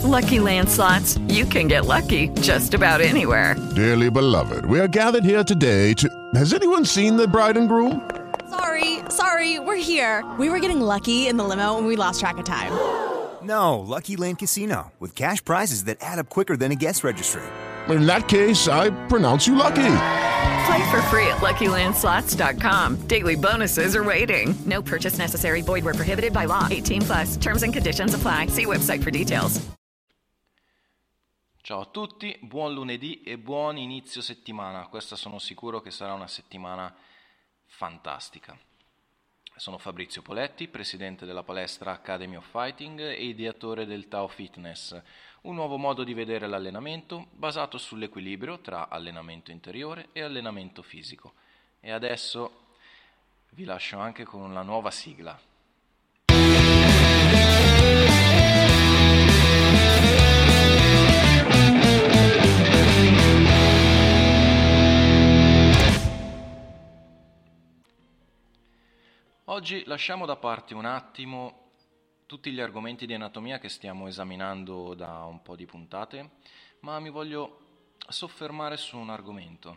Lucky Land Slots, you can get lucky just about anywhere. Dearly beloved, we are gathered here today to... Has anyone seen the bride and groom? Sorry, we're here. We were getting lucky in the limo and we lost track of time. No, Lucky Land Casino, with cash prizes that add up quicker than a guest registry. In that case, I pronounce you lucky. Play for free at LuckyLandSlots.com. Daily bonuses are waiting. No purchase necessary. Void where prohibited by law. 18+. Terms and conditions apply. See website for details. Ciao a tutti, buon lunedì e buon inizio settimana. Questa sono sicuro che sarà una settimana fantastica. Sono Fabrizio Poletti, presidente della palestra Academy of Fighting e ideatore del Tao Fitness, un nuovo modo di vedere l'allenamento basato sull'equilibrio tra allenamento interiore e allenamento fisico. E adesso vi lascio anche con la nuova sigla. Oggi lasciamo da parte un attimo tutti gli argomenti di anatomia che stiamo esaminando da un po' di puntate, ma mi voglio soffermare su un argomento: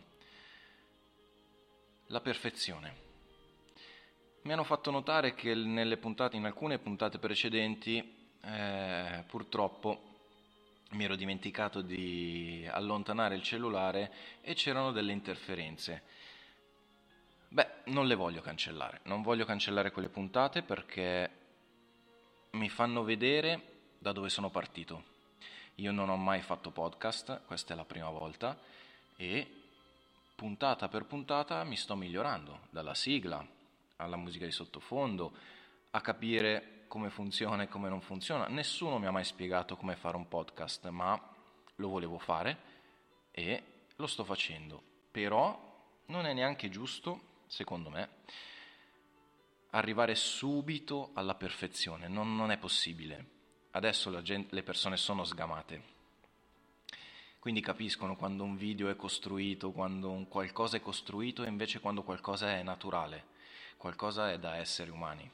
la perfezione. Mi hanno fatto notare che in alcune puntate precedenti, purtroppo mi ero dimenticato di allontanare il cellulare e c'erano delle interferenze. Beh, non le voglio cancellare, non voglio cancellare quelle puntate perché mi fanno vedere da dove sono partito. Io non ho mai fatto podcast, questa è la prima volta, e puntata per puntata mi sto migliorando, dalla sigla alla musica di sottofondo, a capire come funziona e come non funziona. Nessuno mi ha mai spiegato come fare un podcast, ma lo volevo fare e lo sto facendo. Però non è neanche giusto, secondo me, arrivare subito alla perfezione. Non è possibile. Adesso le persone sono sgamate, quindi capiscono quando un video è costruito, quando un qualcosa è costruito e invece quando qualcosa è naturale, qualcosa è da esseri umani.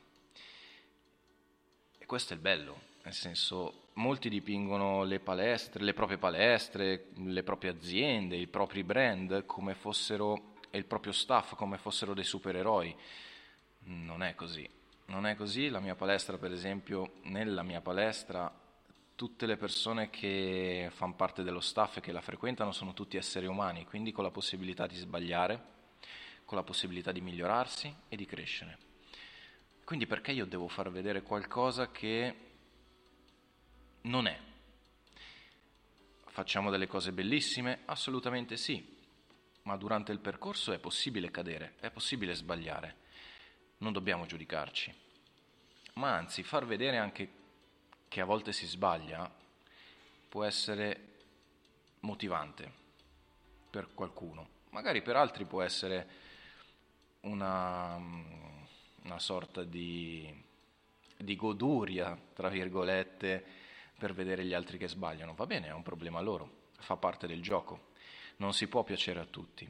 E questo è il bello, nel senso, molti dipingono le palestre, le proprie palestre, le proprie aziende, i propri brand come fossero, e il proprio staff come fossero dei supereroi. Non è così. Non è così. La mia palestra, per esempio, nella mia palestra, tutte le persone che fanno parte dello staff e che la frequentano sono tutti esseri umani, quindi con la possibilità di sbagliare, con la possibilità di migliorarsi e di crescere. Quindi perché io devo far vedere qualcosa che non è? Facciamo delle cose bellissime? Assolutamente sì. Ma durante il percorso è possibile cadere, è possibile sbagliare. Non dobbiamo giudicarci. Ma anzi, far vedere anche che a volte si sbaglia può essere motivante per qualcuno. Magari per altri può essere una sorta di goduria, tra virgolette, per vedere gli altri che sbagliano. Va bene, è un problema loro, fa parte del gioco. Non si può piacere a tutti.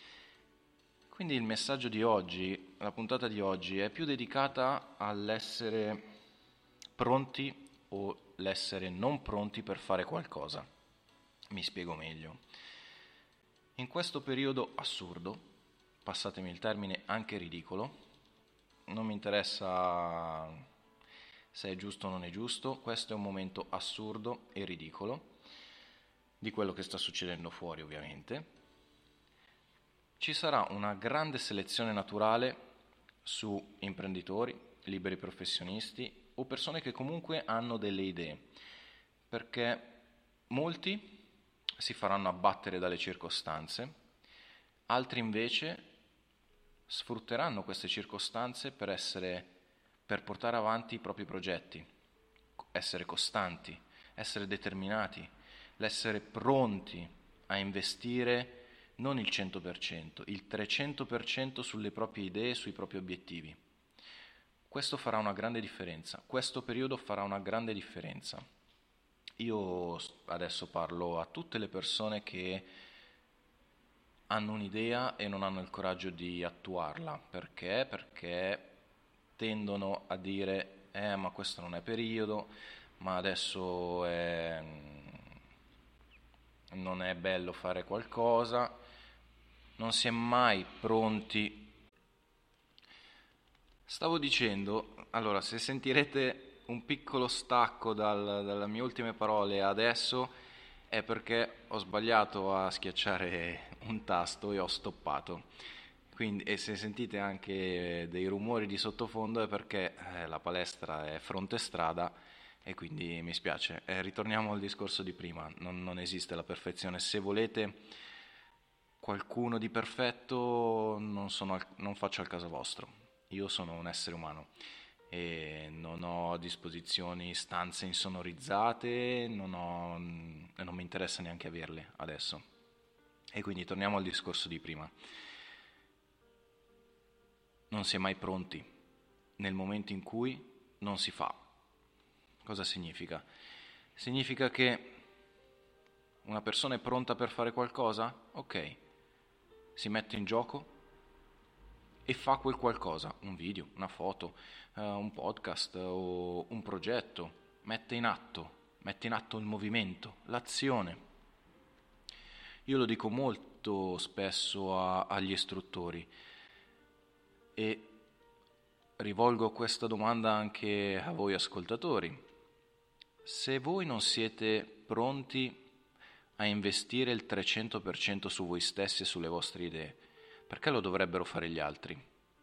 Quindi il messaggio di oggi, la puntata di oggi, è più dedicata all'essere pronti o l'essere non pronti per fare qualcosa. Mi spiego meglio. In questo periodo assurdo, passatemi il termine, anche ridicolo, non mi interessa se è giusto o non è giusto, questo è un momento assurdo e ridicolo di quello che sta succedendo fuori, ovviamente. Ci sarà una grande selezione naturale su imprenditori, liberi professionisti o persone che comunque hanno delle idee, perché molti si faranno abbattere dalle circostanze, altri invece sfrutteranno queste circostanze per portare avanti i propri progetti, essere costanti, essere determinati, l'essere pronti a investire non il 100%, il 300% sulle proprie idee, sui propri obiettivi. Questo farà una grande differenza, questo periodo farà una grande differenza. Io adesso parlo a tutte le persone che hanno un'idea e non hanno il coraggio di attuarla. Perché? Perché tendono a dire ma questo non è periodo, ma adesso non è bello fare qualcosa, non si è mai pronti. Stavo dicendo, allora, se sentirete un piccolo stacco dalle mie ultime parole adesso è perché ho sbagliato a schiacciare un tasto e ho stoppato. Quindi, e se sentite anche dei rumori di sottofondo è perché la palestra è fronte strada e quindi mi spiace. Ritorniamo al discorso di prima, non esiste la perfezione. Se volete qualcuno di perfetto, non faccio al caso vostro. Io sono un essere umano e non ho a disposizione stanze insonorizzate, non mi interessa neanche averle adesso. E quindi torniamo al discorso di prima. Non si è mai pronti nel momento in cui non si fa. Cosa significa? Significa che una persona è pronta per fare qualcosa? Ok, si mette in gioco e fa quel qualcosa, un video, una foto, un podcast o un progetto, mette in atto il movimento, l'azione. Io lo dico molto spesso agli istruttori e rivolgo questa domanda anche a voi ascoltatori. Se voi non siete pronti a investire il 300% su voi stessi e sulle vostre idee, perché lo dovrebbero fare gli altri?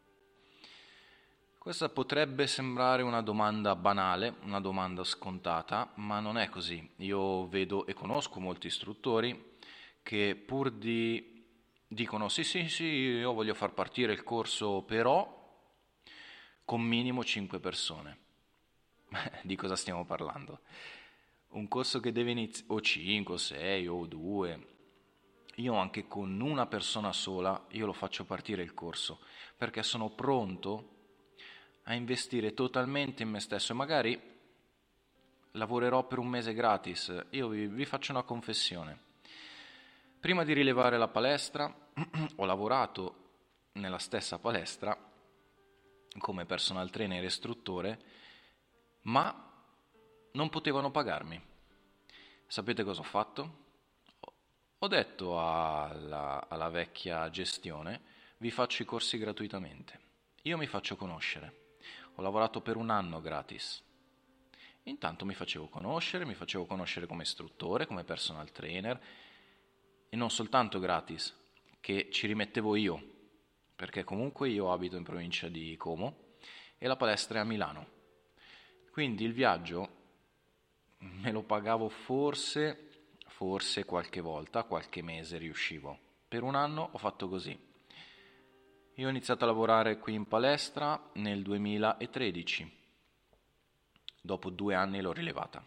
Questa potrebbe sembrare una domanda banale, una domanda scontata, ma non è così. Io vedo e conosco molti istruttori che pur di dicono sì, io voglio far partire il corso, però con minimo 5 persone. Di cosa stiamo parlando? Un corso che deve iniziare o 5, o 6, o 2. Io anche con una persona sola, io lo faccio partire il corso, perché sono pronto a investire totalmente in me stesso e magari lavorerò per un mese gratis. Io vi faccio una confessione. Prima di rilevare la palestra, ho lavorato nella stessa palestra come personal trainer e istruttore, ma non potevano pagarmi. Sapete cosa ho fatto? Ho detto alla vecchia gestione, vi faccio i corsi gratuitamente, io mi faccio conoscere, ho lavorato per un anno gratis, intanto mi facevo conoscere come istruttore, come personal trainer e non soltanto gratis, che ci rimettevo io, perché comunque io abito in provincia di Como e la palestra è a Milano, quindi il viaggio me lo pagavo forse qualche volta, qualche mese riuscivo. Per un anno ho fatto così. Io ho iniziato a lavorare qui in palestra nel 2013. Dopo 2 anni l'ho rilevata.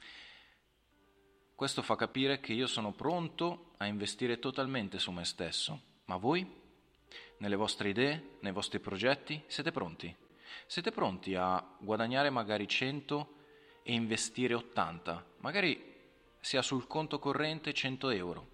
Questo fa capire che io sono pronto a investire totalmente su me stesso. Ma voi? Nelle vostre idee? Nei vostri progetti? Siete pronti? Siete pronti a guadagnare magari 100 e investire 80? Magari sia sul conto corrente 100 euro,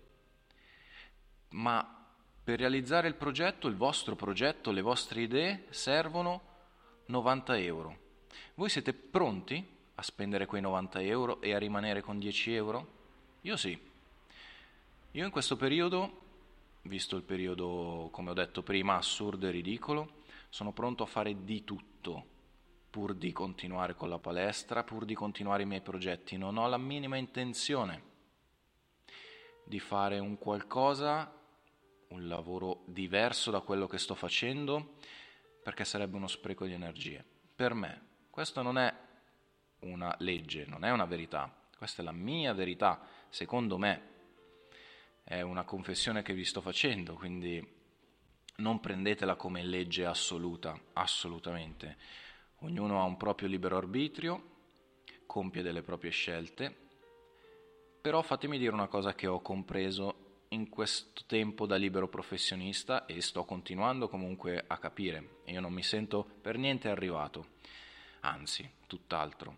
ma per realizzare il progetto, il vostro progetto, le vostre idee servono 90 euro. Voi siete pronti a spendere quei 90 euro e a rimanere con 10 euro? Io sì. Io in questo periodo, visto il periodo, come ho detto prima, assurdo e ridicolo, sono pronto a fare di tutto pur di continuare con la palestra, pur di continuare i miei progetti. Non ho la minima intenzione di fare un qualcosa, un lavoro diverso da quello che sto facendo, perché sarebbe uno spreco di energie. Per me, questo non è una legge, non è una verità, questa è la mia verità, secondo me. È una confessione che vi sto facendo, quindi non prendetela come legge assoluta, assolutamente. Ognuno ha un proprio libero arbitrio, compie delle proprie scelte, però fatemi dire una cosa che ho compreso in questo tempo da libero professionista e sto continuando comunque a capire. Io non mi sento per niente arrivato, anzi, tutt'altro.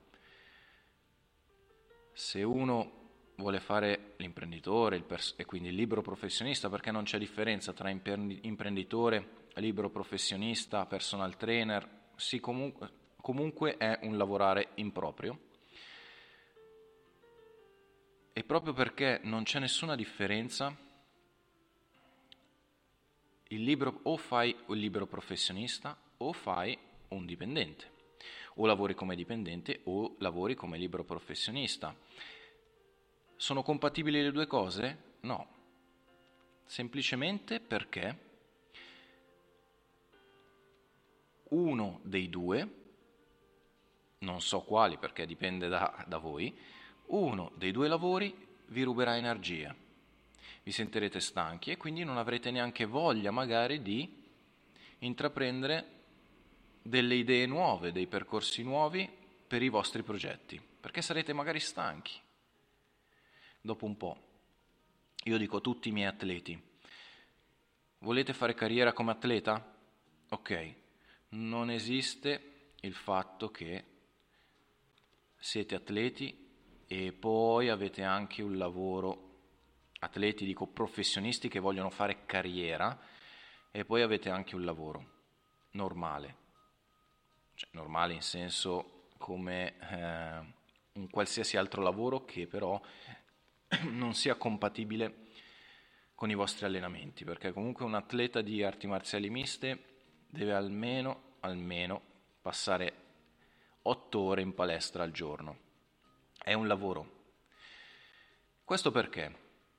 Se uno vuole fare l'imprenditore e quindi il libero professionista, perché non c'è differenza tra imprenditore, libero professionista, personal trainer, sì, comunque è un lavorare in proprio. proprio perché non c'è nessuna differenza, o fai il libero professionista o fai un dipendente, o lavori come dipendente o lavori come libero professionista. Sono compatibili le due cose? No, semplicemente perché uno dei due, non so quali perché dipende da voi, uno dei due lavori vi ruberà energia, vi sentirete stanchi e quindi non avrete neanche voglia magari di intraprendere delle idee nuove, dei percorsi nuovi per i vostri progetti, perché sarete magari stanchi. Dopo un po', io dico a tutti i miei atleti: volete fare carriera come atleta? Ok, non esiste il fatto che siete atleti e poi avete anche un lavoro, atleti dico professionisti che vogliono fare carriera, e poi avete anche un lavoro normale, cioè normale in senso come un qualsiasi altro lavoro che però non sia compatibile con i vostri allenamenti, perché comunque un atleta di arti marziali miste deve almeno passare 8 ore in palestra al giorno. È un lavoro. Questo perché?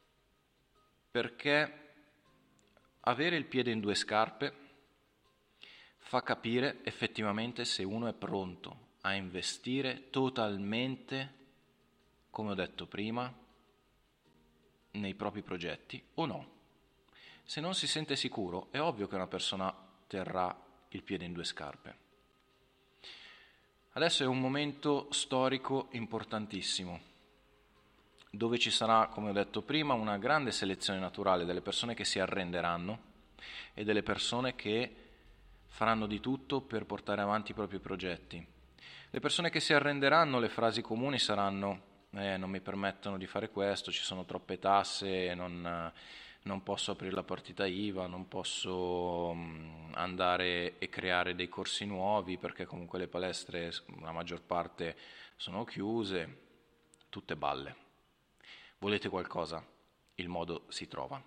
Perché avere il piede in due scarpe fa capire effettivamente se uno è pronto a investire totalmente, come ho detto prima, nei propri progetti o no. Se non si sente sicuro, è ovvio che una persona terrà il piede in due scarpe. Adesso è un momento storico importantissimo, dove ci sarà, come ho detto prima, una grande selezione naturale delle persone che si arrenderanno e delle persone che faranno di tutto per portare avanti i propri progetti. Le persone che si arrenderanno, le frasi comuni saranno: non mi permettono di fare questo, ci sono troppe tasse, non posso aprire la partita IVA, non posso andare e creare dei corsi nuovi perché comunque le palestre, la maggior parte, sono chiuse. Tutte balle. Volete qualcosa? Il modo si trova.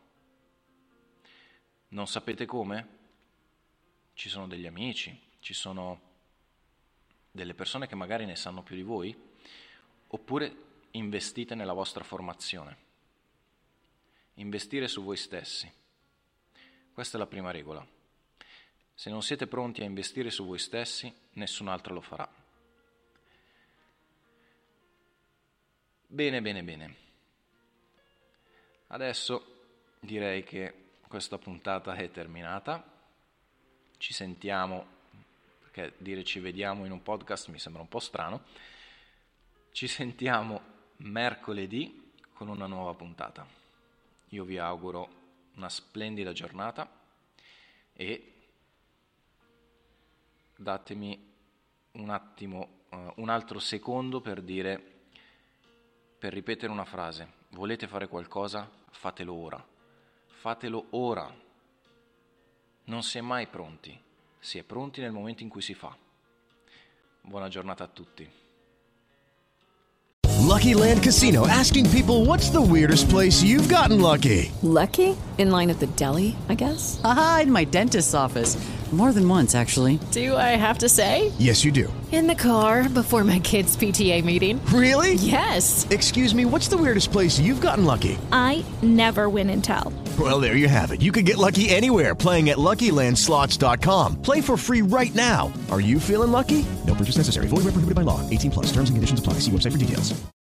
Non sapete come? Ci sono degli amici, ci sono delle persone che magari ne sanno più di voi, oppure investite nella vostra formazione. Investire su voi stessi. Questa è la prima regola. Se non siete pronti a investire su voi stessi, nessun altro lo farà. Bene. Adesso direi che questa puntata è terminata. Ci sentiamo, perché dire ci vediamo in un podcast mi sembra un po' strano. Ci sentiamo mercoledì con una nuova puntata. Io vi auguro una splendida giornata e datemi un attimo, un altro secondo per ripetere una frase. Volete fare qualcosa? Fatelo ora. Fatelo ora. Non si è mai pronti. Si è pronti nel momento in cui si fa. Buona giornata a tutti. Lucky Land Casino, asking people, what's the weirdest place you've gotten lucky? Lucky? In line at the deli, I guess? Aha, in my dentist's office. More than once, actually. Do I have to say? Yes, you do. In the car before my kids' PTA meeting. Really? Yes. Excuse me, what's the weirdest place you've gotten lucky? I never win and tell. Well, there you have it. You can get lucky anywhere, playing at LuckyLandSlots.com. Play for free right now. Are you feeling lucky? No purchase necessary. Void where prohibited by law. 18+. Terms and conditions apply. See website for details.